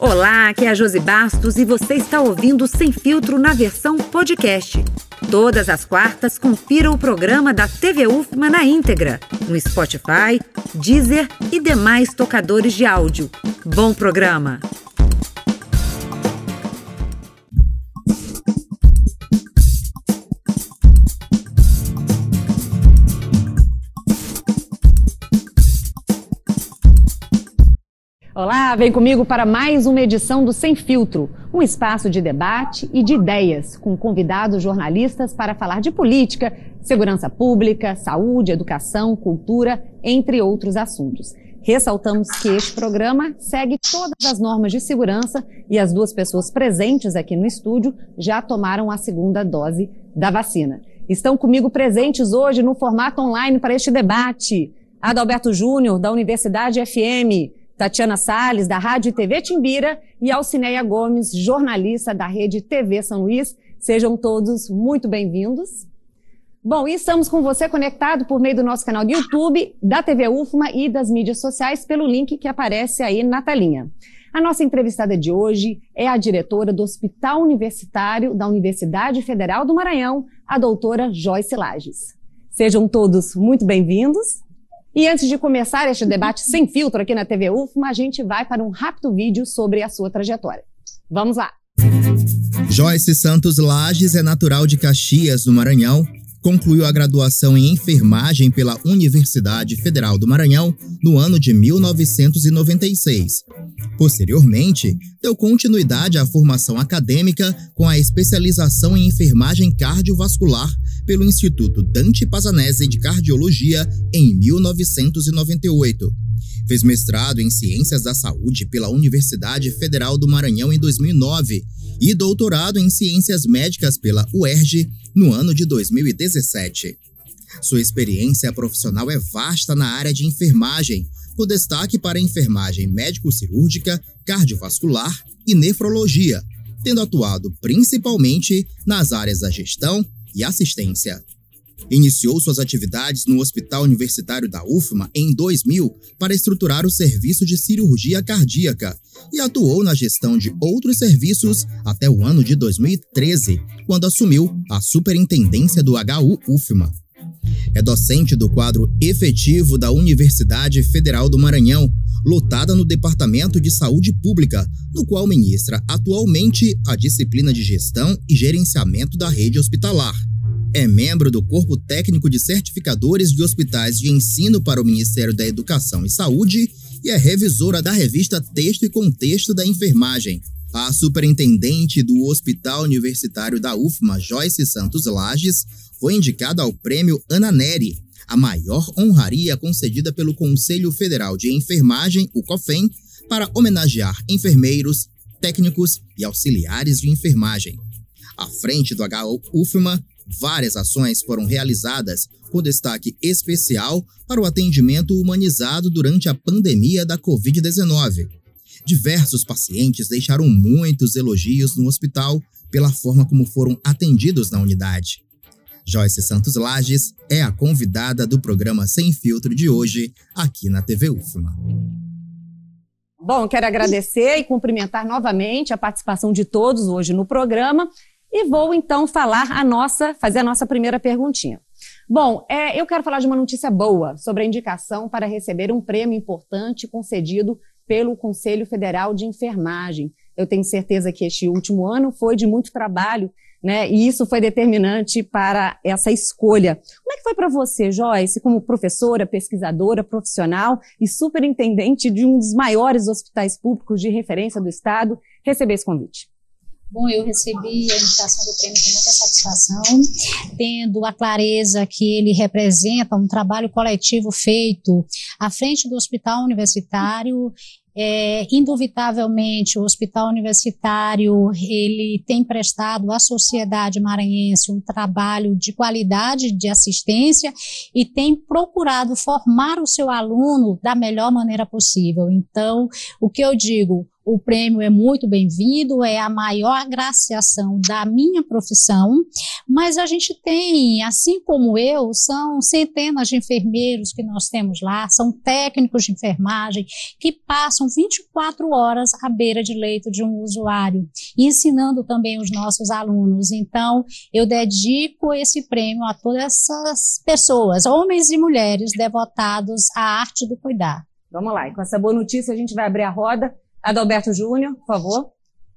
Olá, aqui é a Josi Bastos e você está ouvindo Sem Filtro na versão podcast. Todas as quartas, confira o programa da TV UFMA na íntegra, no Spotify, Deezer e demais tocadores de áudio. Bom programa! Olá, vem comigo para mais uma edição do Sem Filtro, um espaço de debate e de ideias, com convidados jornalistas para falar de política, segurança pública, saúde, educação, cultura, entre outros assuntos. Ressaltamos que este programa segue todas as normas de segurança e as duas pessoas presentes aqui no estúdio já tomaram a segunda dose da vacina. Estão comigo presentes hoje no formato online para este debate: Adalberto Júnior, da Universidade FM, Tatiana Salles, da Rádio e TV Timbira, e Alcineia Gomes, jornalista da Rede TV São Luís. Sejam todos muito bem-vindos. Bom, e estamos com você conectado por meio do nosso canal do YouTube, da TV UFMA e das mídias sociais pelo link que aparece aí na telinha. A nossa entrevistada de hoje é a diretora do Hospital Universitário da Universidade Federal do Maranhão, a doutora Joyce Lages. Sejam todos muito bem-vindos. E antes de começar este debate sem filtro aqui na TV UFMA, a gente vai para um rápido vídeo sobre a sua trajetória. Vamos lá! Joyce Santos Lages é natural de Caxias, no Maranhão. Concluiu a graduação em enfermagem pela Universidade Federal do Maranhão no ano de 1996. Posteriormente, deu continuidade à formação acadêmica com a especialização em enfermagem cardiovascular pelo Instituto Dante Pazanese de Cardiologia em 1998. Fez mestrado em Ciências da Saúde pela Universidade Federal do Maranhão em 2009 e doutorado em Ciências Médicas pela UERJ no ano de 2017. Sua experiência profissional é vasta na área de enfermagem, com destaque para a enfermagem médico-cirúrgica, cardiovascular e nefrologia, tendo atuado principalmente nas áreas da gestão e assistência. Iniciou suas atividades no Hospital Universitário da UFMA em 2000 para estruturar o serviço de cirurgia cardíaca e atuou na gestão de outros serviços até o ano de 2013, quando assumiu a superintendência do HU UFMA. É docente do quadro efetivo da Universidade Federal do Maranhão, lotada no Departamento de Saúde Pública, no qual ministra atualmente a disciplina de Gestão e Gerenciamento da Rede Hospitalar. É membro do Corpo Técnico de Certificadores de Hospitais de Ensino para o Ministério da Educação e Saúde e é revisora da revista Texto e Contexto da Enfermagem. A superintendente do Hospital Universitário da UFMA, Joyce Santos Lages, foi indicada ao Prêmio Ana Nery, a maior honraria concedida pelo Conselho Federal de Enfermagem, o COFEN, para homenagear enfermeiros, técnicos e auxiliares de enfermagem. À frente do HU UFMA, várias ações foram realizadas, com destaque especial para o atendimento humanizado durante a pandemia da Covid-19. Diversos pacientes deixaram muitos elogios no hospital pela forma como foram atendidos na unidade. Joyce Santos Lages é a convidada do programa Sem Filtro de hoje, aqui na TV UFMA. Bom, quero agradecer e cumprimentar novamente a participação de todos hoje no programa e vou então fazer a nossa primeira perguntinha. Bom, eu quero falar de uma notícia boa sobre a indicação para receber um prêmio importante concedido pelo Conselho Federal de Enfermagem. Eu tenho certeza que este último ano foi de muito trabalho, né? E isso foi determinante para essa escolha. Como é que foi para você, Joyce, como professora, pesquisadora, profissional e superintendente de um dos maiores hospitais públicos de referência do Estado, receber esse convite? Bom, eu recebi a indicação do prêmio com muita satisfação, tendo a clareza que ele representa um trabalho coletivo feito à frente do Hospital Universitário. Indubitavelmente, o Hospital Universitário ele tem prestado à sociedade maranhense um trabalho de qualidade de assistência e tem procurado formar o seu aluno da melhor maneira possível. Então, o que eu digo, o prêmio é muito bem-vindo, é a maior agraciação da minha profissão, mas a gente tem, assim como eu, são centenas de enfermeiros que nós temos lá, são técnicos de enfermagem que passam 24 horas à beira de leito de um usuário, ensinando também os nossos alunos. Então, eu dedico esse prêmio a todas essas pessoas, homens e mulheres devotados à arte do cuidar. Vamos lá, e com essa boa notícia a gente vai abrir a roda. Adalberto Júnior, por favor.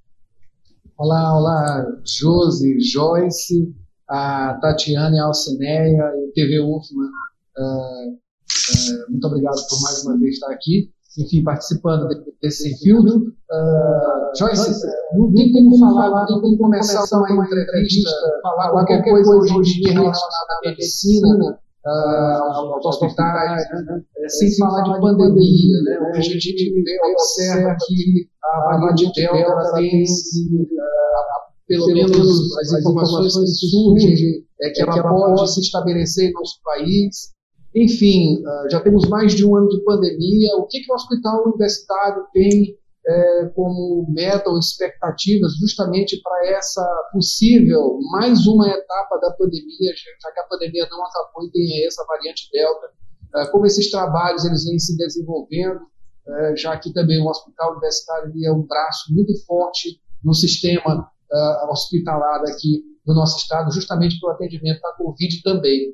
Olá, Josi, Joyce, a Tatiana e a Alcineia e o TV UFMA. Muito obrigado por mais uma vez estar aqui, enfim, participando desse Sem Filtro. Joyce, não tem como falar, não tem como começar uma entrevista, falar qualquer coisa hoje em dia relacionada à medicina, aos hospitais, sem falar de pandemia, né? Onde a gente observa que a variante Delta ela tem, pelo menos as informações que surgem, que ela pode se estabelecer em nosso país. Enfim, já temos mais de um ano de pandemia. O que o hospital universitário tem como meta ou expectativas justamente para essa possível mais uma etapa da pandemia, já que a pandemia não acabou e tem essa variante Delta, como esses trabalhos eles vêm se desenvolvendo, já que também o hospital universitário é um braço muito forte no sistema hospitalar aqui do nosso estado, justamente para o atendimento da Covid também.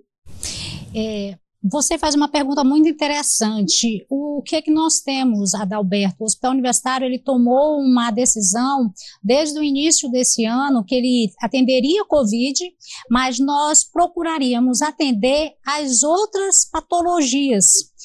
Você faz uma pergunta muito interessante. O que é que nós temos, Adalberto? O Hospital Universitário ele tomou uma decisão desde o início desse ano que ele atenderia a Covid, mas nós procuraríamos atender as outras patologias.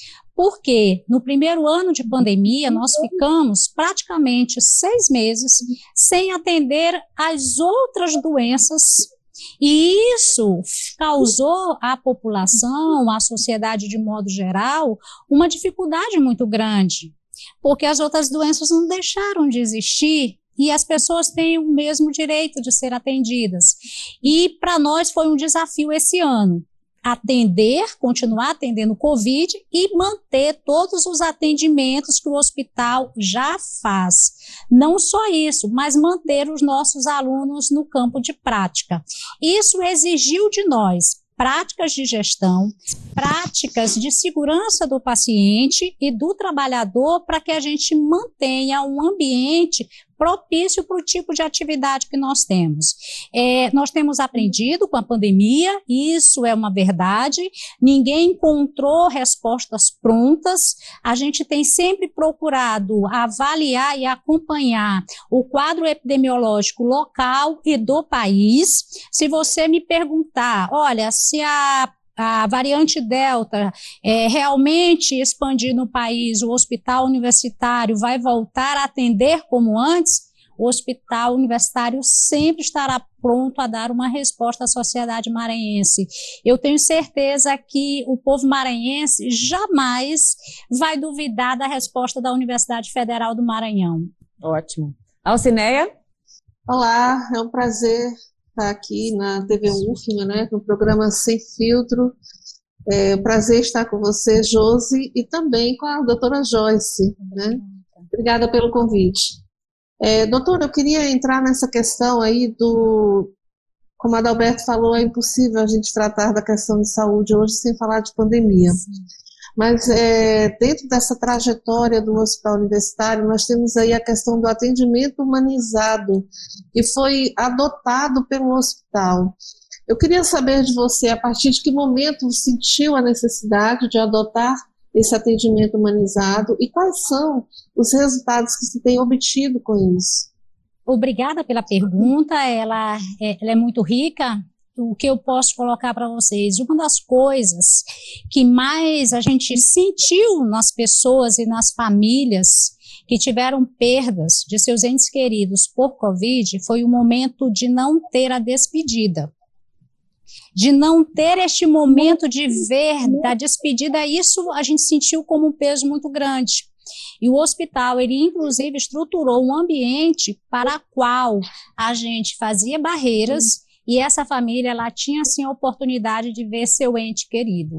Porque no primeiro ano de pandemia nós ficamos praticamente 6 meses sem atender as outras doenças. E isso causou à população, à sociedade de modo geral, uma dificuldade muito grande, porque as outras doenças não deixaram de existir e as pessoas têm o mesmo direito de ser atendidas. E para nós foi um desafio esse ano. Continuar atendendo Covid e manter todos os atendimentos que o hospital já faz. Não só isso, mas manter os nossos alunos no campo de prática. Isso exigiu de nós práticas de gestão, práticas de segurança do paciente e do trabalhador para que a gente mantenha um ambiente propício para o tipo de atividade que nós temos. Nós temos aprendido com a pandemia, isso é uma verdade, ninguém encontrou respostas prontas, a gente tem sempre procurado avaliar e acompanhar o quadro epidemiológico local e do país. Se você me perguntar, olha, se a variante Delta realmente expandir no país, o hospital universitário vai voltar a atender como antes, o hospital universitário sempre estará pronto a dar uma resposta à sociedade maranhense. Eu tenho certeza que o povo maranhense jamais vai duvidar da resposta da Universidade Federal do Maranhão. Ótimo. Alcineia? Olá, é um prazer estar aqui na TV UFMA, né, no programa Sem Filtro. É um prazer estar com você, Josi, e também com a doutora Joyce, né? Obrigada pelo convite. Doutora, eu queria entrar nessa questão aí como a Adalberto falou, é impossível a gente tratar da questão de saúde hoje sem falar de pandemia. Sim. Mas dentro dessa trajetória do hospital universitário, nós temos aí a questão do atendimento humanizado, que foi adotado pelo hospital. Eu queria saber de você, a partir de que momento sentiu a necessidade de adotar esse atendimento humanizado e quais são os resultados que se tem obtido com isso? Obrigada pela pergunta, ela é muito rica. O que eu posso colocar para vocês? Uma das coisas que mais a gente sentiu nas pessoas e nas famílias que tiveram perdas de seus entes queridos por Covid foi o momento de não ter a despedida. De não ter este momento de ver da despedida, isso a gente sentiu como um peso muito grande. E o hospital, ele inclusive estruturou um ambiente para o qual a gente fazia barreiras e essa família, ela tinha assim a oportunidade de ver seu ente querido.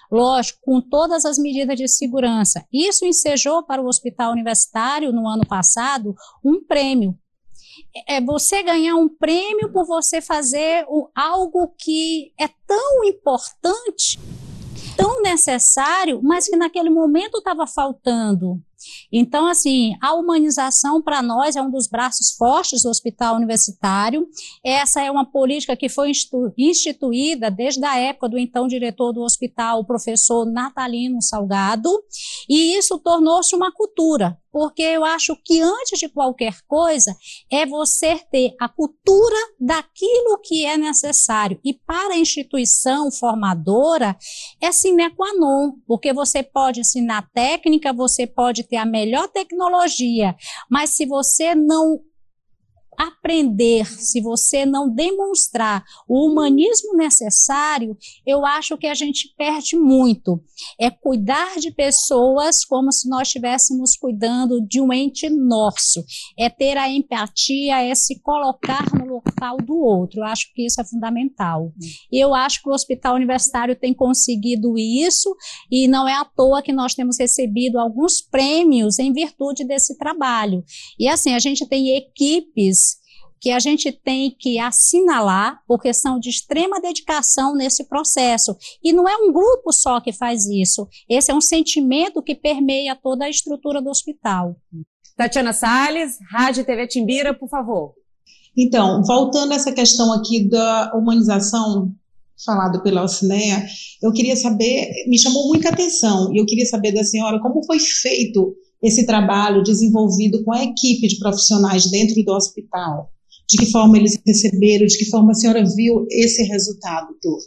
lógico, com todas as medidas de segurança. Isso ensejou para o Hospital Universitário, no ano passado, um prêmio. É você ganhar um prêmio por você fazer algo que é tão importante, tão necessário, mas que naquele momento estava faltando. Então, assim, a humanização para nós é um dos braços fortes do Hospital Universitário. Essa é uma política que foi instituída desde a época do então diretor do hospital, o professor Natalino Salgado, e isso tornou-se uma cultura, porque eu acho que antes de qualquer coisa é você ter a cultura daquilo que é necessário, e para a instituição formadora é sine qua non, porque você pode ensinar técnica, você pode ter a melhor tecnologia, mas se você não aprender, se você não demonstrar o humanismo necessário, eu acho que a gente perde muito. É cuidar de pessoas como se nós estivéssemos cuidando de um ente nosso. É ter a empatia, é se colocar no local do outro. Eu acho que isso é fundamental. Eu acho que o Hospital Universitário tem conseguido isso, e não é à toa que nós temos recebido alguns prêmios em virtude desse trabalho. E assim, a gente tem equipes que a gente tem que assinalar, porque são de extrema dedicação nesse processo. E não é um grupo só que faz isso. Esse é um sentimento que permeia toda a estrutura do hospital. Tatiana Salles, Rádio e TV Timbira, por favor. Então, voltando a essa questão aqui da humanização falada pela Alcinea, eu queria saber, me chamou muita atenção, e eu queria saber da senhora como foi feito esse trabalho desenvolvido com a equipe de profissionais dentro do hospital. De que forma eles receberam, de que forma a senhora viu esse resultado todo?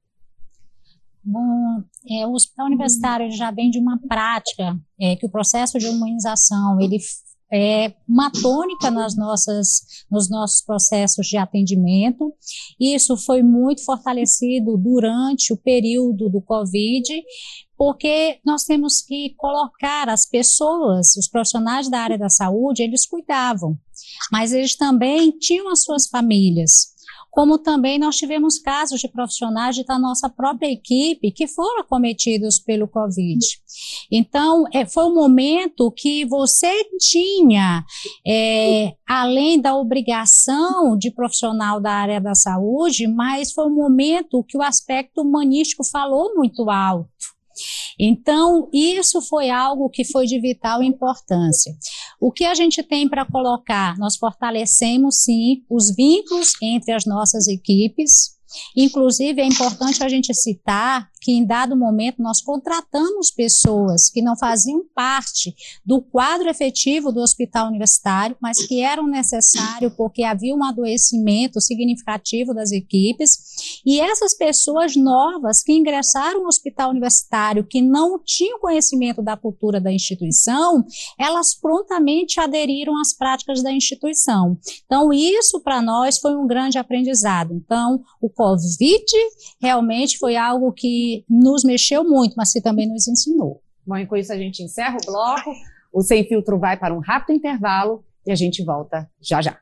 Bom, o Hospital Universitário já vem de uma prática que o processo de humanização ele é uma tônica nos nossos processos de atendimento. Isso foi muito fortalecido durante o período do Covid, porque nós temos que colocar as pessoas, os profissionais da área da saúde, eles cuidavam, mas eles também tinham as suas famílias. Como também nós tivemos casos de profissionais da nossa própria equipe que foram acometidos pelo Covid. Então, foi um momento que você tinha, além da obrigação de profissional da área da saúde, mas foi um momento que o aspecto humanístico falou muito alto. Então, isso foi algo que foi de vital importância. O que a gente tem para colocar? Nós fortalecemos, sim, os vínculos entre as nossas equipes. Inclusive, é importante a gente citar que, em dado momento, nós contratamos pessoas que não faziam parte do quadro efetivo do Hospital Universitário, mas que eram necessários porque havia um adoecimento significativo das equipes, e essas pessoas novas que ingressaram no Hospital Universitário, que não tinham conhecimento da cultura da instituição, elas prontamente aderiram às práticas da instituição. Então, isso para nós foi um grande aprendizado. Então, o Covid realmente foi algo que nos mexeu muito, mas que também nos ensinou. Bom, e com isso a gente encerra o bloco. O Sem Filtro vai para um rápido intervalo e a gente volta já já.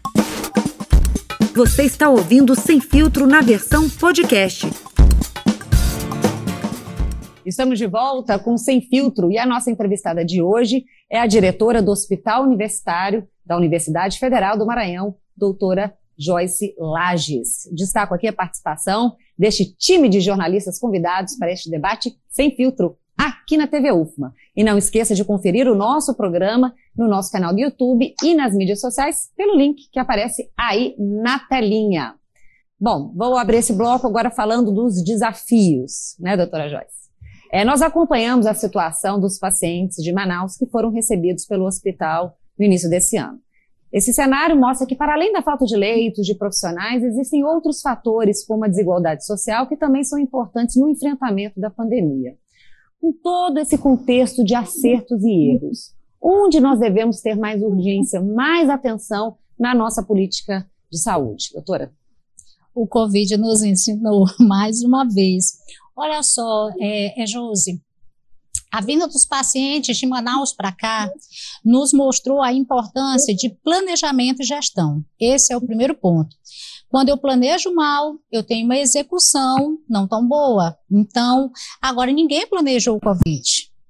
Você está ouvindo Sem Filtro na versão podcast. Estamos de volta com Sem Filtro e a nossa entrevistada de hoje é a diretora do Hospital Universitário da Universidade Federal do Maranhão, doutora Joyce Lages. Destaco aqui a participação deste time de jornalistas convidados para este debate Sem Filtro, aqui na TV UFMA. E não esqueça de conferir o nosso programa no nosso canal do YouTube e nas mídias sociais pelo link que aparece aí na telinha. Bom, vou abrir esse bloco agora falando dos desafios, né, doutora Joyce? Nós acompanhamos a situação dos pacientes de Manaus que foram recebidos pelo hospital no início desse ano. Esse cenário mostra que, para além da falta de leitos, de profissionais, existem outros fatores, como a desigualdade social, que também são importantes no enfrentamento da pandemia. Com todo esse contexto de acertos e erros, onde nós devemos ter mais urgência, mais atenção na nossa política de saúde? Doutora? O Covid nos ensinou mais uma vez. Olha só, Josi, a vinda dos pacientes de Manaus para cá nos mostrou a importância de planejamento e gestão. Esse é o primeiro ponto. Quando eu planejo mal, eu tenho uma execução não tão boa. Então, agora ninguém planejou o Covid.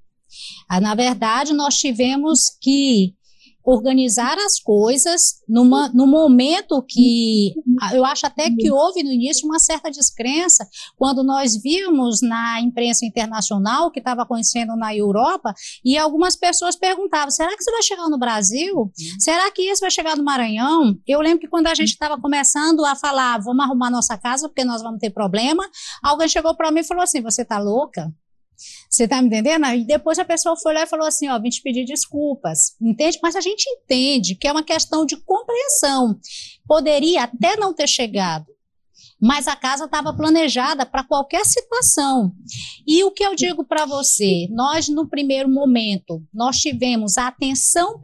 Na verdade, nós tivemos que organizar as coisas no momento que eu acho até que houve no início uma certa descrença quando nós vimos na imprensa internacional que estava acontecendo na Europa e algumas pessoas perguntavam, será que isso vai chegar no Brasil? Será que isso vai chegar no Maranhão? Eu lembro que quando a gente estava começando a falar, vamos arrumar nossa casa porque nós vamos ter problema, alguém chegou para mim e falou assim, você está louca? Você está me entendendo? E depois a pessoa foi lá e falou assim, ó, vim te pedir desculpas, entende? Mas a gente entende que é uma questão de compreensão. Poderia até não ter chegado, mas a casa estava planejada para qualquer situação. E o que eu digo para você, nós no primeiro momento, nós tivemos a atenção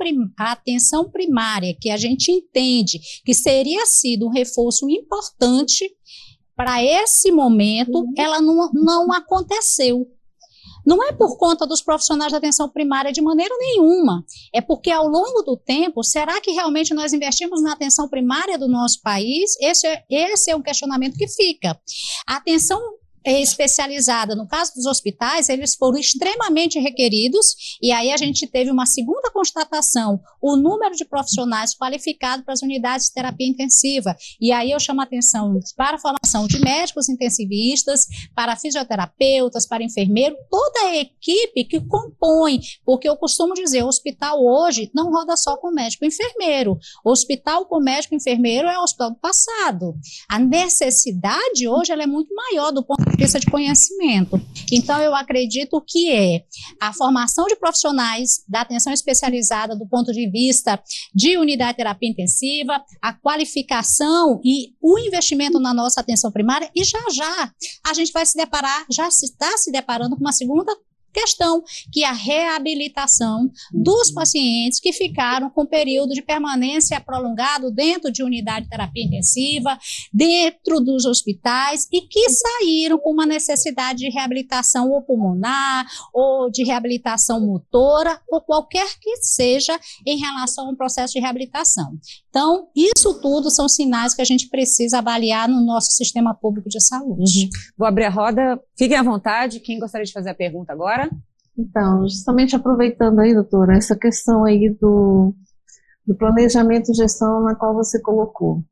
primária, que a gente entende que seria sido um reforço importante para esse momento, ela não aconteceu. Não é por conta dos profissionais da atenção primária de maneira nenhuma, é porque ao longo do tempo, será que realmente nós investimos na atenção primária do nosso país? Esse é um questionamento que fica. A atenção especializada, no caso dos hospitais, eles foram extremamente requeridos e aí a gente teve uma segunda constatação, o número de profissionais qualificados para as unidades de terapia intensiva. E aí eu chamo a atenção para a formação de médicos intensivistas, para fisioterapeutas, para enfermeiros, toda a equipe que compõe, porque eu costumo dizer, o hospital hoje não roda só com médico e enfermeiro. O hospital com médico e enfermeiro é o hospital do passado. A necessidade hoje ela é muito maior do ponto de vista de conhecimento. Então, eu acredito que é a formação de profissionais da atenção especializada do ponto de vista de unidade de terapia intensiva, a qualificação e o investimento na nossa atenção primária e já a gente vai se deparar, já se está se deparando com uma segunda questão, que é a reabilitação dos pacientes que ficaram com período de permanência prolongado dentro de unidade de terapia intensiva, dentro dos hospitais e que saíram com uma necessidade de reabilitação ou pulmonar, ou de reabilitação motora, ou qualquer que seja em relação ao processo de reabilitação. Então, isso tudo são sinais que a gente precisa avaliar no nosso sistema público de saúde. Vou abrir a roda, fiquem à vontade, quem gostaria de fazer a pergunta agora? Então, justamente aproveitando aí, doutora, essa questão aí do planejamento e gestão na qual você colocou.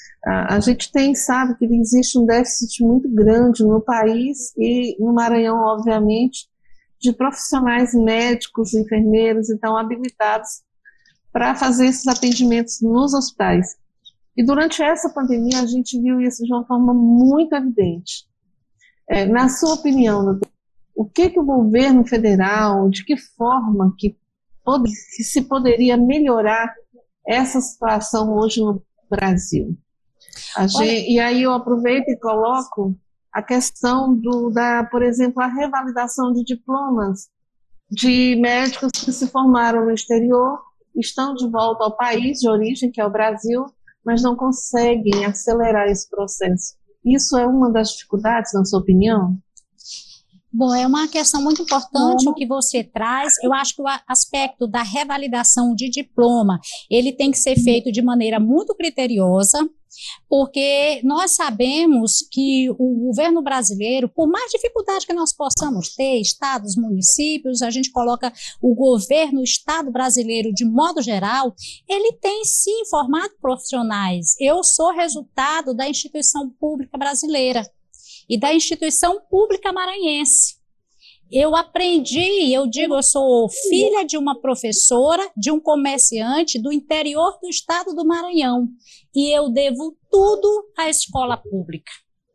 A gente sabe que existe um déficit muito grande no país e no Maranhão, obviamente, de profissionais médicos, enfermeiros, então, habilitados para fazer esses atendimentos nos hospitais. E durante essa pandemia, a gente viu isso de uma forma muito evidente. Na sua opinião, doutor, o que o governo federal, de que forma que se poderia melhorar essa situação hoje no Brasil? E aí eu aproveito e coloco a questão por exemplo, a revalidação de diplomas de médicos que se formaram no exterior, estão de volta ao país de origem, que é o Brasil, mas não conseguem acelerar esse processo. Isso é uma das dificuldades, na sua opinião? Bom, é uma questão muito importante o que você traz. Eu acho que o aspecto da revalidação de diploma, ele tem que ser feito de maneira muito criteriosa, porque nós sabemos que o governo brasileiro, por mais dificuldade que nós possamos ter, estados, municípios, a gente coloca o governo, o estado brasileiro de modo geral, ele tem sim formado profissionais. Eu sou resultado da instituição pública brasileira e da instituição pública maranhense. Eu aprendi, eu sou filha de uma professora, de um comerciante do interior do estado do Maranhão, e eu devo tudo à escola pública.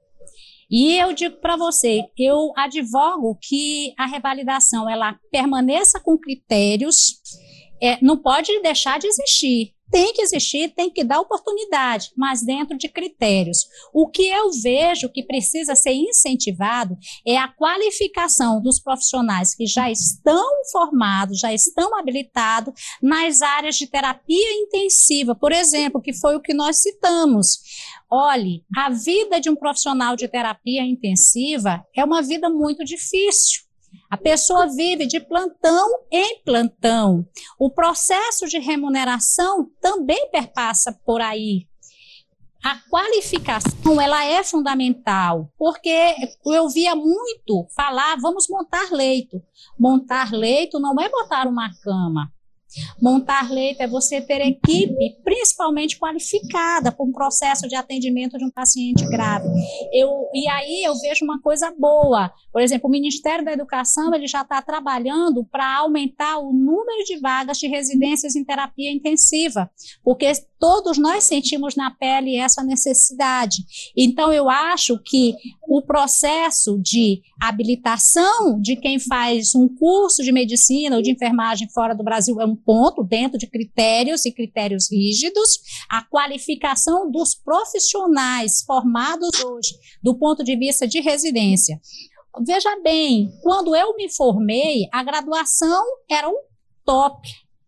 E eu digo para você, eu advogo que a revalidação, ela permaneça com critérios, não pode deixar de existir. Tem que existir, tem que dar oportunidade, mas dentro de critérios. O que eu vejo que precisa ser incentivado é a qualificação dos profissionais que já estão formados, já estão habilitados nas áreas de terapia intensiva, por exemplo, que foi o que nós citamos. Olhe, a vida de um profissional de terapia intensiva é uma vida muito difícil. A pessoa vive de plantão em plantão. O processo de remuneração também perpassa por aí. A qualificação, ela é fundamental, porque eu via muito falar, vamos montar leito. Montar leito não é botar uma cama. Montar leito é você ter equipe, principalmente qualificada, para um processo de atendimento de um paciente grave. E aí eu vejo uma coisa boa. Por exemplo, o Ministério da Educação ele já está trabalhando para aumentar o número de vagas de residências em terapia intensiva, porque todos nós sentimos na pele essa necessidade. Então, eu acho que o processo de habilitação de quem faz um curso de medicina ou de enfermagem fora do Brasil é um ponto, dentro de critérios e critérios rígidos. A qualificação dos profissionais formados hoje, do ponto de vista de residência. Veja bem, quando eu me formei, a graduação era um top.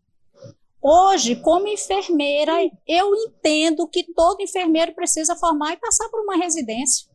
Hoje, como enfermeira, eu entendo que todo enfermeiro precisa formar e passar por uma residência,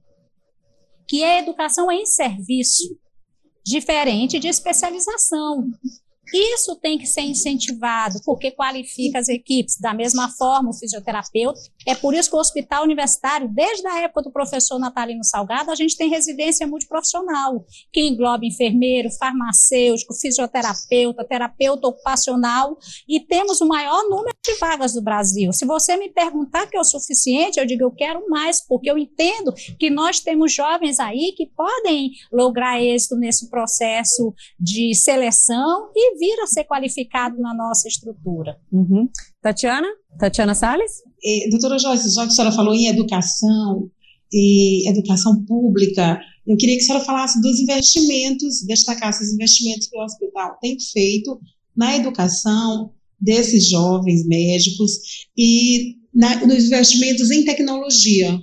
que é educação em serviço, diferente de especialização. Isso tem que ser incentivado, porque qualifica as equipes. Da mesma forma, o fisioterapeuta. É por isso que o hospital universitário, desde a época do professor Natalino Salgado, a gente tem residência multiprofissional, que engloba enfermeiro, farmacêutico, fisioterapeuta, terapeuta ocupacional, e temos o maior número de vagas do Brasil. Se você me perguntar que é o suficiente, eu digo eu quero mais, porque eu entendo que nós temos jovens aí que podem lograr êxito nesse processo de seleção e vir a ser qualificado na nossa estrutura. Uhum. Tatiana Salles? Doutora Joyce, já que a senhora falou em educação e educação pública, eu queria que a senhora falasse dos investimentos, destacasse os investimentos que o hospital tem feito na educação desses jovens médicos e nos investimentos em tecnologia.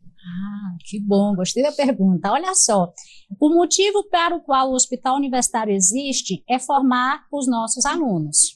Que bom, gostei da pergunta. Olha só, o motivo para o qual o Hospital Universitário existe é formar os nossos alunos.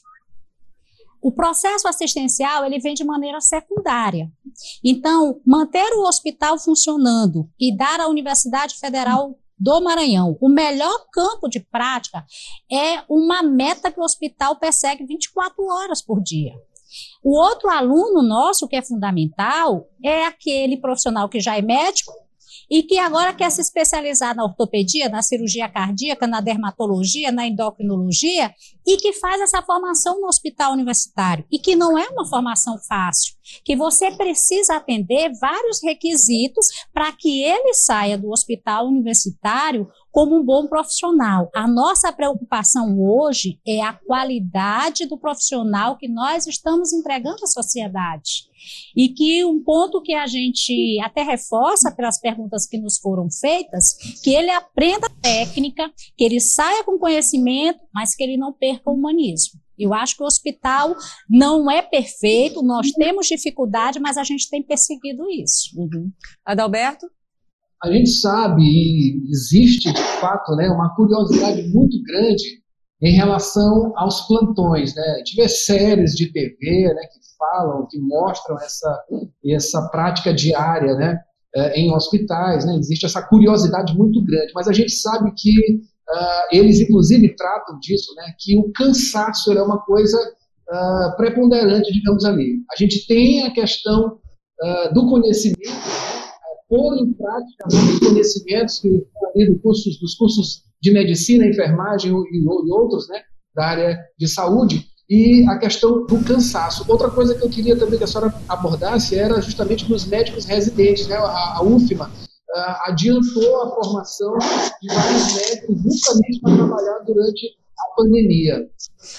O processo assistencial, ele vem de maneira secundária. Então, manter o hospital funcionando e dar à Universidade Federal do Maranhão o melhor campo de prática é uma meta que o hospital persegue 24 horas por dia. O outro aluno nosso, que é fundamental, é aquele profissional que já é médico e que agora quer se especializar na ortopedia, na cirurgia cardíaca, na dermatologia, na endocrinologia, e que faz essa formação no hospital universitário, e que não é uma formação fácil, que você precisa atender vários requisitos para que ele saia do hospital universitário como um bom profissional. A nossa preocupação hoje é a qualidade do profissional que nós estamos entregando à sociedade. E que um ponto que a gente até reforça pelas perguntas que nos foram feitas, que ele aprenda técnica, que ele saia com conhecimento, mas que ele não perca o humanismo. Eu acho que o hospital não é perfeito, nós temos dificuldade, mas a gente tem perseguido isso. Uhum. Adalberto? A gente sabe, e existe de fato, né, uma curiosidade muito grande em relação aos plantões, né? A gente vê séries de TV, né, que falam, que mostram essa prática diária, né, em hospitais, né? Existe essa curiosidade muito grande, mas a gente sabe que eles inclusive tratam disso, né, que o cansaço é uma coisa preponderante, digamos ali. A gente tem a questão do conhecimento, pôr em prática os conhecimentos que ali dos cursos de medicina, enfermagem e outros, né, da área de saúde, e a questão do cansaço. Outra coisa que eu queria também que a senhora abordasse era justamente dos médicos residentes, né? A UFMA adiantou a formação de vários médicos justamente para trabalhar durante a pandemia.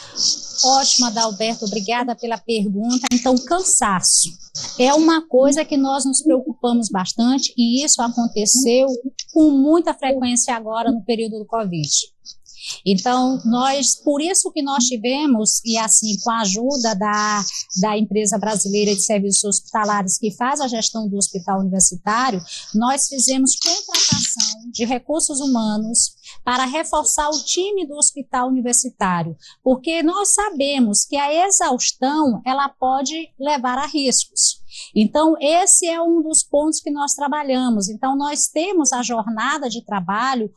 Ótimo, Adalberto, obrigada pela pergunta. Então, cansaço é uma coisa que nós nos preocupamos bastante e isso aconteceu com muita frequência agora no período do Covid. Então, por isso que nós tivemos, e assim, com a ajuda da Empresa Brasileira de Serviços Hospitalares, que faz a gestão do hospital universitário, nós fizemos contratação de recursos humanos para reforçar o time do hospital universitário, porque nós sabemos que a exaustão, ela pode levar a riscos. Então, esse é um dos pontos que nós trabalhamos. Então, nós temos a jornada de trabalho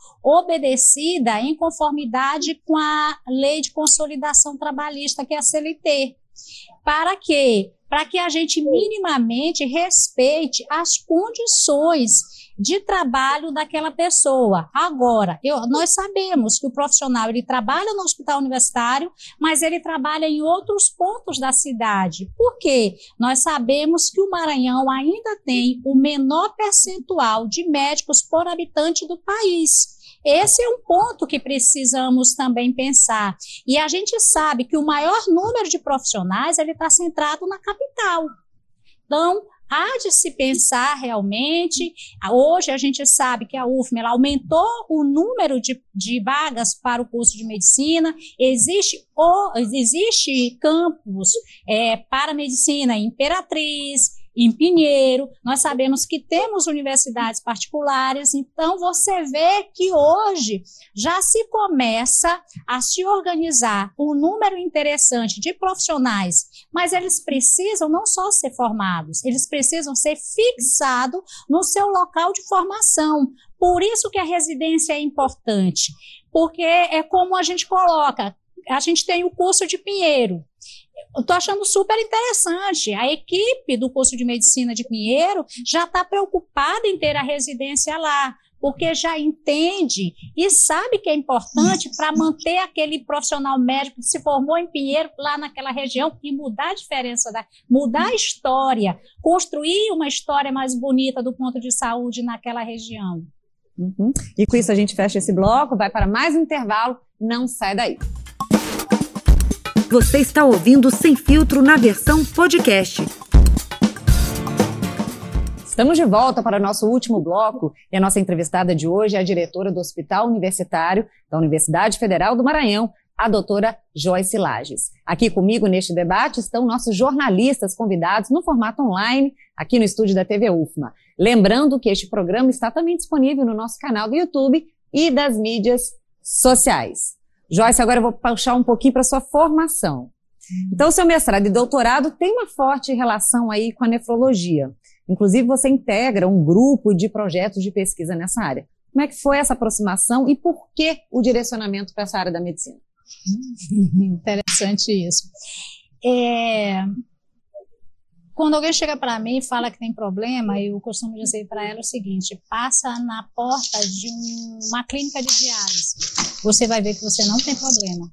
obedecida em conformidade com a Lei de Consolidação Trabalhista, que é a CLT. Para quê? Para que a gente minimamente respeite as condições de trabalho daquela pessoa. Agora, nós sabemos que o profissional ele trabalha no hospital universitário, mas ele trabalha em outros pontos da cidade. Por quê? Nós sabemos que o Maranhão ainda tem o menor percentual de médicos por habitante do país. Esse é um ponto que precisamos também pensar. E a gente sabe que o maior número de profissionais ele está centrado na capital. Então, há de se pensar realmente. Hoje a gente sabe que a UFMA ela aumentou o número de vagas para o curso de medicina. Existe campus para medicina em Imperatriz, em Pinheiro. Nós sabemos que temos universidades particulares, então você vê que hoje já se começa a se organizar um número interessante de profissionais, mas eles precisam não só ser formados, eles precisam ser fixados no seu local de formação. Por isso que a residência é importante, porque é como a gente coloca, a gente tem o curso de Pinheiro. Eu estou achando super interessante. A equipe do curso de medicina de Pinheiro já está preocupada em ter a residência lá, porque já entende e sabe que é importante para manter aquele profissional médico que se formou em Pinheiro lá naquela região e mudar a diferença, mudar a história, construir uma história mais bonita do ponto de saúde naquela região. Uhum. E com isso a gente fecha esse bloco, vai para mais um intervalo, não sai daí. Você está ouvindo Sem Filtro na versão podcast. Estamos de volta para o nosso último bloco e a nossa entrevistada de hoje é a diretora do Hospital Universitário da Universidade Federal do Maranhão, a doutora Joyce Lages. Aqui comigo neste debate estão nossos jornalistas convidados no formato online, aqui no estúdio da TV UFMA. Lembrando que este programa está também disponível no nosso canal do YouTube e das mídias sociais. Joyce, agora eu vou puxar um pouquinho para a sua formação. Então, o seu mestrado e doutorado tem uma forte relação aí com a nefrologia. Inclusive, você integra um grupo de projetos de pesquisa nessa área. Como é que foi essa aproximação e por que o direcionamento para essa área da medicina? Interessante isso. Quando alguém chega para mim e fala que tem problema, eu costumo dizer para ela o seguinte: passa na porta de uma clínica de diálise, você vai ver que você não tem problema.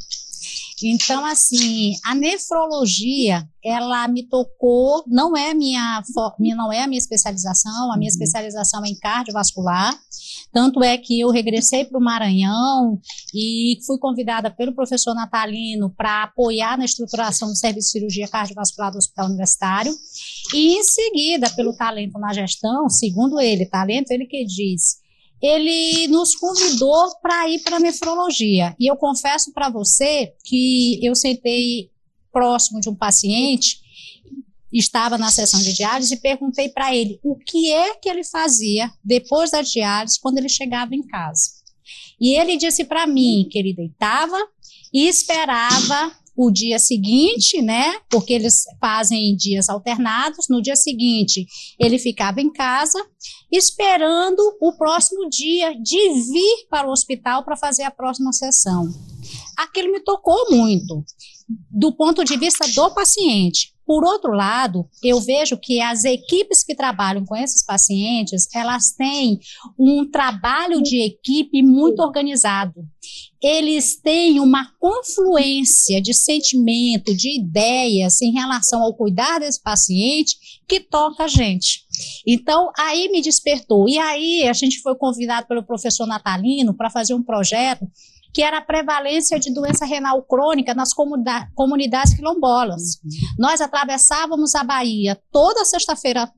Então, assim, a nefrologia, ela me tocou, não é a minha especialização, a minha especialização é em cardiovascular, tanto é que eu regressei para o Maranhão e fui convidada pelo professor Natalino para apoiar na estruturação do serviço de cirurgia cardiovascular do Hospital Universitário, e em seguida, pelo talento na gestão, segundo ele, talento ele que diz, ele nos convidou para ir para a nefrologia. E eu confesso para você que eu sentei próximo de um paciente, estava na sessão de diálise, e perguntei para ele o que é que ele fazia depois da diálise quando ele chegava em casa. E ele disse para mim que ele deitava e esperava o dia seguinte, né, porque eles fazem dias alternados, no dia seguinte ele ficava em casa esperando o próximo dia de vir para o hospital para fazer a próxima sessão. Aquilo me tocou muito, do ponto de vista do paciente. Por outro lado, eu vejo que as equipes que trabalham com esses pacientes, elas têm um trabalho de equipe muito organizado. Eles têm uma confluência de sentimento, de ideias em relação ao cuidar desse paciente que toca a gente. Então, aí me despertou. E aí a gente foi convidado pelo professor Natalino para fazer um projeto que era a prevalência de doença renal crônica nas comunidades quilombolas. Nós atravessávamos a Bahia toda sexta-feira,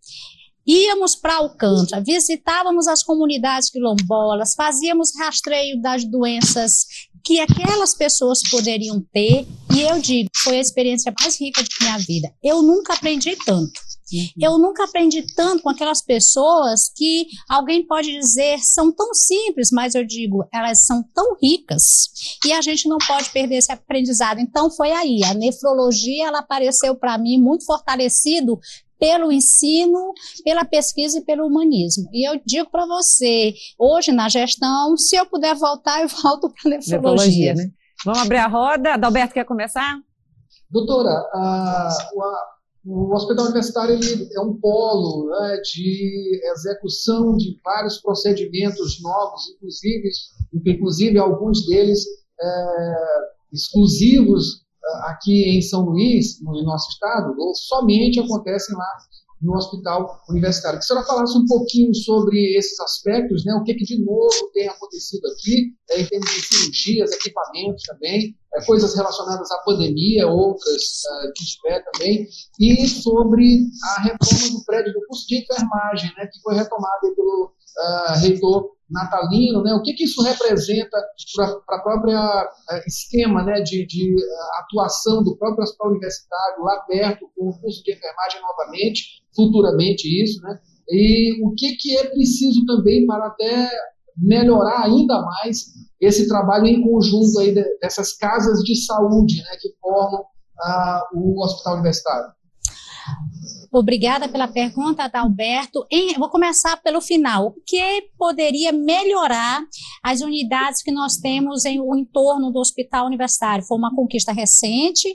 íamos para Alcântara, visitávamos as comunidades quilombolas, fazíamos rastreio das doenças que aquelas pessoas poderiam ter, e eu digo, foi a experiência mais rica de minha vida. Eu nunca aprendi tanto. Eu nunca aprendi tanto com aquelas pessoas que alguém pode dizer são tão simples, mas eu digo, elas são tão ricas e a gente não pode perder esse aprendizado. Então foi aí, a nefrologia ela apareceu para mim muito fortalecido pelo ensino, pela pesquisa e pelo humanismo. E eu digo para você, hoje na gestão, se eu puder voltar, eu volto para a nefrologia. Né? Vamos abrir a roda. Adalberto, quer começar? Doutora, o Hospital Universitário ele é um polo, né, de execução de vários procedimentos novos, inclusive alguns deles exclusivos aqui em São Luís, no nosso estado, ou somente acontecem lá no Hospital Universitário. Que a senhora falasse um pouquinho sobre esses aspectos, né? O que de novo tem acontecido aqui, em termos de cirurgias, equipamentos também, coisas relacionadas à pandemia, outras que tiver também, e sobre a reforma do prédio do curso de enfermagem, né? Que foi retomada pelo reitor Natalino, né? O que isso representa para a própria esquema, né, de atuação do próprio hospital universitário lá perto, com o curso de enfermagem novamente, futuramente isso, né? E o que é preciso também para até melhorar ainda mais esse trabalho em conjunto aí dessas casas de saúde, né, que formam o hospital universitário. Obrigada pela pergunta, Adalberto. Vou começar pelo final. O que poderia melhorar as unidades que nós temos em entorno do Hospital Universitário? Foi uma conquista recente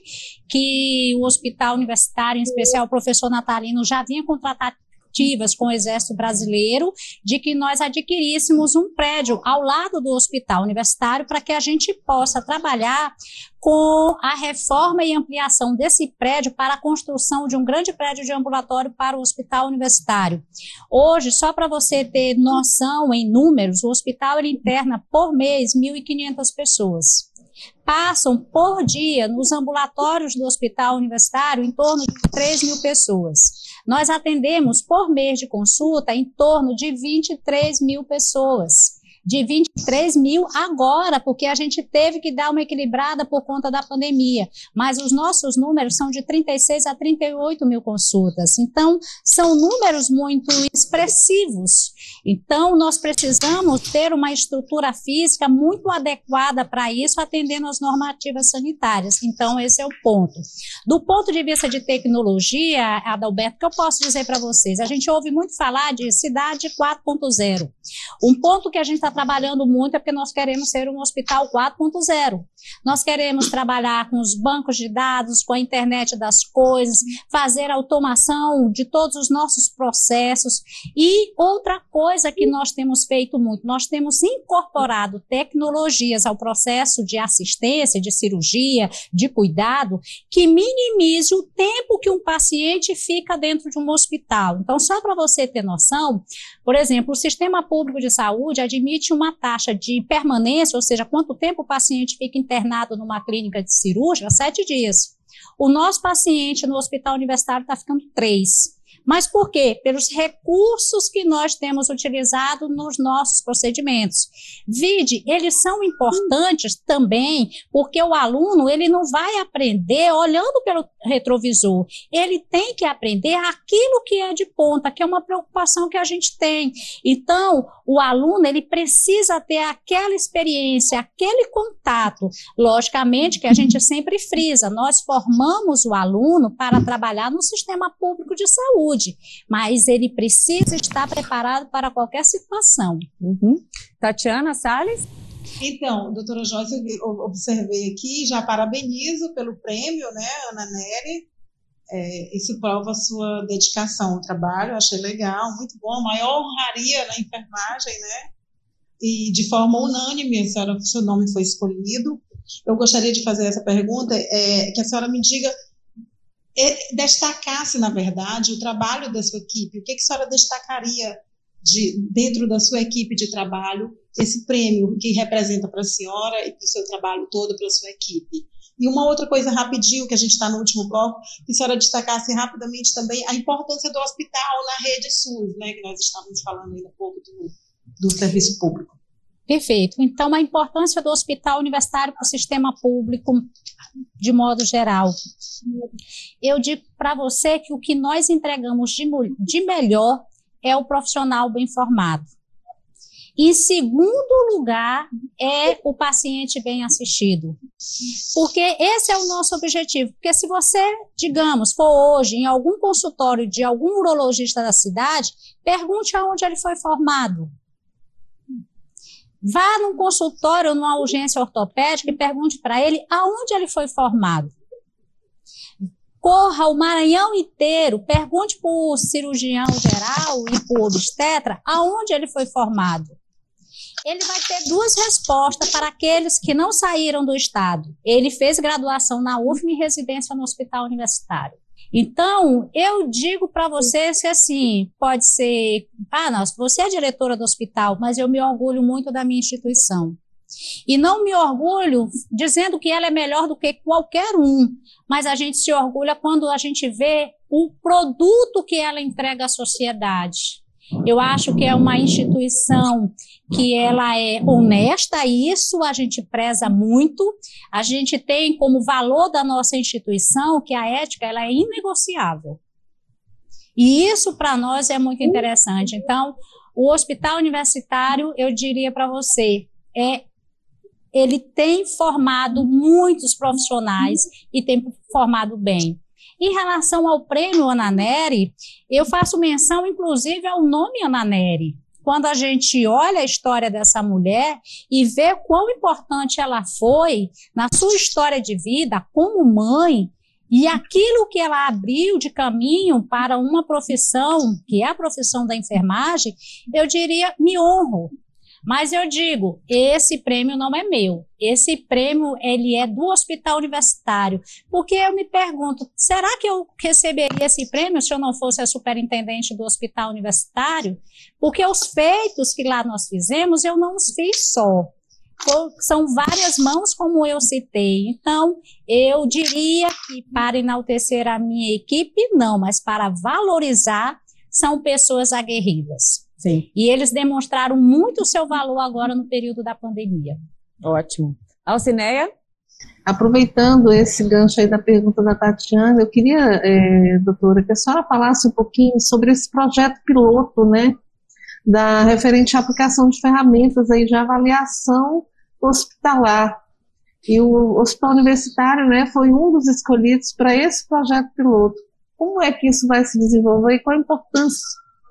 que o Hospital Universitário, em especial o professor Natalino, já vinha contratar com o Exército Brasileiro, de que nós adquiríssemos um prédio ao lado do Hospital Universitário para que a gente possa trabalhar com a reforma e ampliação desse prédio para a construção de um grande prédio de ambulatório para o Hospital Universitário. Hoje, só para você ter noção em números, o hospital ele interna por mês 1.500 pessoas. Passam por dia nos ambulatórios do Hospital Universitário em torno de 3.000 pessoas. Nós atendemos por mês de consulta em torno de 23.000 pessoas. De 23.000 agora, porque a gente teve que dar uma equilibrada por conta da pandemia, mas os nossos números são de 36 a 38 mil consultas, então são números muito expressivos. Então nós precisamos ter uma estrutura física muito adequada para isso, atendendo às normativas sanitárias. Então esse é o ponto. Do ponto de vista de tecnologia, Adalberto, que eu posso dizer para vocês, a gente ouve muito falar de cidade 4.0. Um ponto que a gente está trabalhando muito é porque nós queremos ser um hospital 4.0. Nós queremos trabalhar com os bancos de dados, com a internet das coisas, fazer automação de todos os nossos processos. E outra coisa que nós temos feito muito, nós temos incorporado tecnologias ao processo de assistência, de cirurgia, de cuidado, que minimize o tempo que um paciente fica dentro de um hospital. Então, só para você ter noção, por exemplo, o Sistema Público de Saúde admite uma taxa de permanência, ou seja, quanto tempo o paciente fica internado numa clínica de cirúrgica, 7 dias. O nosso paciente no Hospital Universitário está ficando 3. Mas por quê? Pelos recursos que nós temos utilizado nos nossos procedimentos. Vide, eles são importantes também, porque o aluno, ele não vai aprender olhando pelo retrovisor. Ele tem que aprender aquilo que é de ponta, que é uma preocupação que a gente tem. Então, o aluno, ele precisa ter aquela experiência, aquele contato. Logicamente que a gente sempre frisa, nós formamos o aluno para trabalhar no sistema público de saúde, mas ele precisa estar preparado para qualquer situação. Tatiana Salles? Então, doutora Joyce, eu observei aqui, já parabenizo pelo prêmio, né, Ana Nery. Isso prova a sua dedicação ao trabalho, achei legal, muito bom, a maior honraria na enfermagem, né? E de forma unânime, seu nome foi escolhido. Eu gostaria de fazer essa pergunta, que a senhora me diga, destacasse, na verdade, o trabalho da sua equipe. O que a senhora destacaria dentro da sua equipe de trabalho, esse prêmio que representa para a senhora e para o seu trabalho todo, para a sua equipe? E uma outra coisa rapidinho, que a gente está no último bloco, que a senhora destacasse rapidamente também a importância do hospital na rede SUS, né, que nós estávamos falando ainda há pouco do serviço público. Perfeito. Então, a importância do hospital universitário para o sistema público, de modo geral. Eu digo para você que o que nós entregamos de melhor é o profissional bem formado. Em segundo lugar, é o paciente bem assistido. Porque esse é o nosso objetivo. Porque se você, digamos, for hoje em algum consultório de algum urologista da cidade, pergunte aonde ele foi formado. Vá num consultório, numa urgência ortopédica e pergunte para ele aonde ele foi formado. corra o Maranhão inteiro, pergunte para o cirurgião geral e para o obstetra aonde ele foi formado. Ele vai ter duas respostas para aqueles que não saíram do estado. Ele fez graduação na UFM e residência no hospital universitário. Então, eu digo para vocês que assim, pode ser, nossa, você é diretora do hospital, mas eu me orgulho muito da minha instituição. E não me orgulho dizendo que ela é melhor do que qualquer um, mas a gente se orgulha quando a gente vê o produto que ela entrega à sociedade. Eu acho que é uma instituição que ela é honesta, isso a gente preza muito. A gente tem como valor da nossa instituição que a ética ela é inegociável. E isso para nós é muito interessante. Então, o hospital universitário, eu diria para você, ele tem formado muitos profissionais e tem formado bem. Em relação ao prêmio Ana Nery, eu faço menção, inclusive, ao nome Ana Nery. Quando a gente olha a história dessa mulher e vê quão importante ela foi na sua história de vida como mãe e aquilo que ela abriu de caminho para uma profissão, que é a profissão da enfermagem, eu diria, me honro. Mas eu digo, esse prêmio não é meu, esse prêmio ele é do hospital universitário, porque eu me pergunto, será que eu receberia esse prêmio se eu não fosse a superintendente do hospital universitário? Porque os feitos que lá nós fizemos, eu não os fiz só, são várias mãos como eu citei, então eu diria que para enaltecer a minha equipe, não, mas para valorizar, são pessoas aguerridas. Sim. E eles demonstraram muito o seu valor agora no período da pandemia. Ótimo. Alcineia? Aproveitando esse gancho aí da pergunta da Tatiana, eu queria, doutora, que a senhora falasse um pouquinho sobre esse projeto piloto, né, referente à aplicação de ferramentas aí de avaliação hospitalar. E o Hospital Universitário, né, foi um dos escolhidos para esse projeto piloto. Como é que isso vai se desenvolver e qual a importância?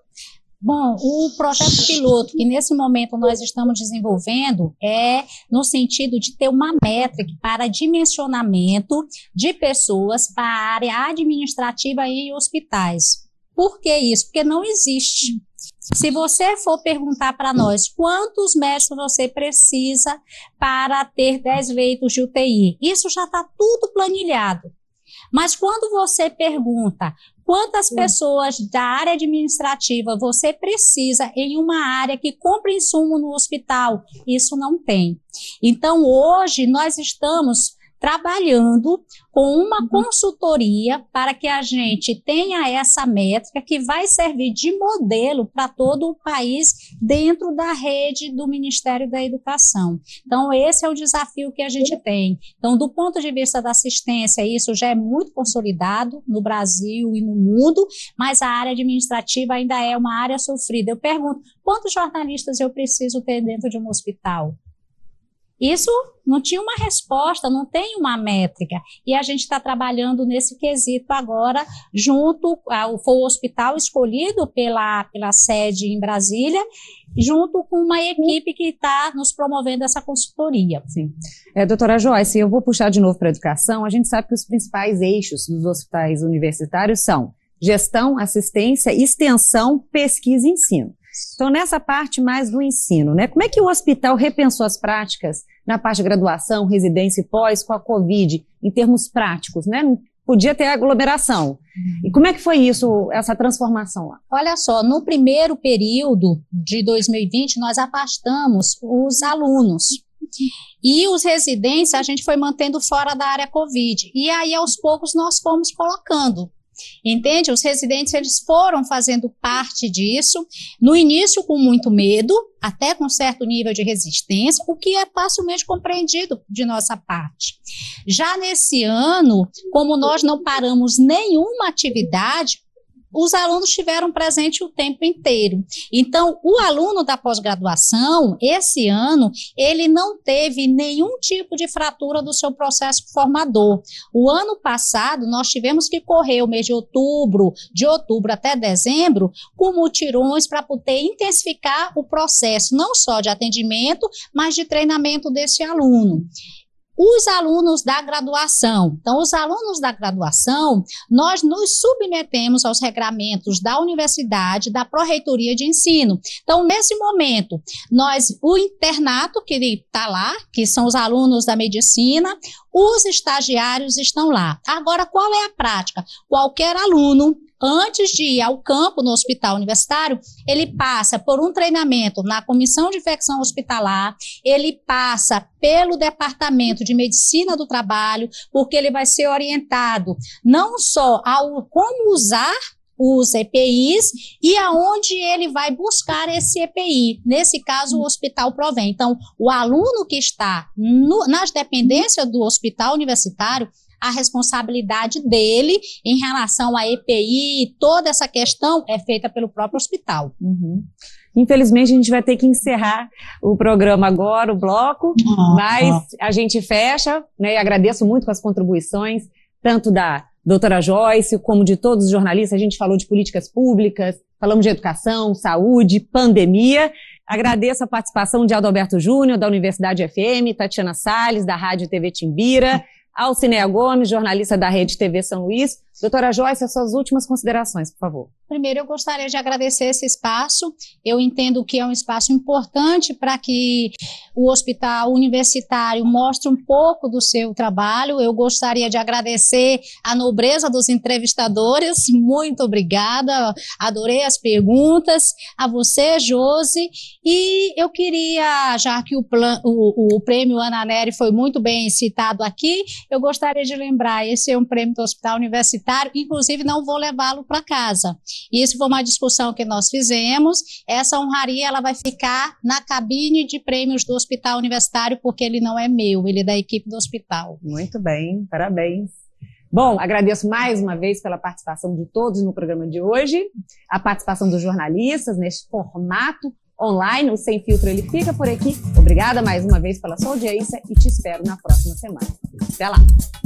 Bom, o projeto piloto que nesse momento nós estamos desenvolvendo é no sentido de ter uma métrica para dimensionamento de pessoas para a área administrativa em hospitais. Por que isso? Porque não existe. Se você for perguntar para nós quantos médicos você precisa para ter 10 leitos de UTI, isso já está tudo planilhado. Mas quando você pergunta quantas pessoas da área administrativa você precisa em uma área que compra insumo no hospital, isso não tem. Então, hoje, nós estamos trabalhando com uma consultoria para que a gente tenha essa métrica que vai servir de modelo para todo o país dentro da rede do Ministério da Educação. Então, esse é o desafio que a gente tem. Então, do ponto de vista da assistência, isso já é muito consolidado no Brasil e no mundo, mas a área administrativa ainda é uma área sofrida. Eu pergunto, quantos jornalistas eu preciso ter dentro de um hospital? Isso não tinha uma resposta, não tem uma métrica. E a gente está trabalhando nesse quesito agora, foi o hospital escolhido pela sede em Brasília, junto com uma equipe que está nos promovendo essa consultoria. Sim. Doutora Joyce, eu vou puxar de novo para a educação. A gente sabe que os principais eixos dos hospitais universitários são gestão, assistência, extensão, pesquisa e ensino. Então, nessa parte mais do ensino, né? Como é que o hospital repensou as práticas na parte de graduação, residência e pós com a Covid, em termos práticos, né? Não podia ter aglomeração. E como é que foi isso, essa transformação lá? Olha só, no primeiro período de 2020, nós afastamos os alunos. E os residentes a gente foi mantendo fora da área Covid. E aí, aos poucos, nós fomos colocando. Entende? Os residentes, eles foram fazendo parte disso, no início com muito medo, até com certo nível de resistência, o que é facilmente compreendido de nossa parte. Já nesse ano, como nós não paramos nenhuma atividade, os alunos estiveram presentes o tempo inteiro. Então, o aluno da pós-graduação, esse ano, ele não teve nenhum tipo de fratura do seu processo formador. O ano passado, nós tivemos que correr o mês de outubro até dezembro, com mutirões para poder intensificar o processo, não só de atendimento, mas de treinamento desse aluno. os alunos da graduação. Então, os alunos da graduação, nós nos submetemos aos regramentos da universidade, da Pró-Reitoria de Ensino. Então, nesse momento, o internato que está lá, que são os alunos da medicina, os estagiários estão lá. Agora, qual é a prática? Qualquer aluno, antes de ir ao campo no hospital universitário, ele passa por um treinamento na Comissão de Infecção Hospitalar, ele passa pelo Departamento de Medicina do Trabalho, porque ele vai ser orientado não só ao como usar os EPIs e aonde ele vai buscar esse EPI. Nesse caso, o Hospital Provém. Então, o aluno que está nas dependências do hospital universitário, a responsabilidade dele em relação à EPI, toda essa questão é feita pelo próprio hospital. Uhum. Infelizmente, a gente vai ter que encerrar o programa agora, o bloco, mas a gente fecha, né? E agradeço muito com as contribuições, tanto da doutora Joyce, como de todos os jornalistas. A gente falou de políticas públicas, falamos de educação, saúde, pandemia. Agradeço a participação de Adalberto Júnior, da Universidade FM, Tatiana Salles, da Rádio e TV Timbira, Alcineia Gomes, jornalista da Rede TV São Luís. Doutora Joyce, as suas últimas considerações, por favor. Primeiro, eu gostaria de agradecer esse espaço. Eu entendo que é um espaço importante para que o hospital universitário mostre um pouco do seu trabalho. Eu gostaria de agradecer a nobreza dos entrevistadores. Muito obrigada. Adorei as perguntas. A você, Josi. E eu queria, já que o prêmio Ana Nery foi muito bem citado aqui, eu gostaria de lembrar, esse é um prêmio do Hospital Universitário, inclusive não vou levá-lo para casa. Isso foi uma discussão que nós fizemos. Essa honraria ela vai ficar na cabine de prêmios do Hospital Universitário, porque ele não é meu, ele é da equipe do hospital. Muito bem, parabéns. Bom, agradeço mais uma vez pela participação de todos no programa de hoje, a participação dos jornalistas neste formato online. O Sem Filtro ele fica por aqui. Obrigada mais uma vez pela sua audiência e te espero na próxima semana. Até lá!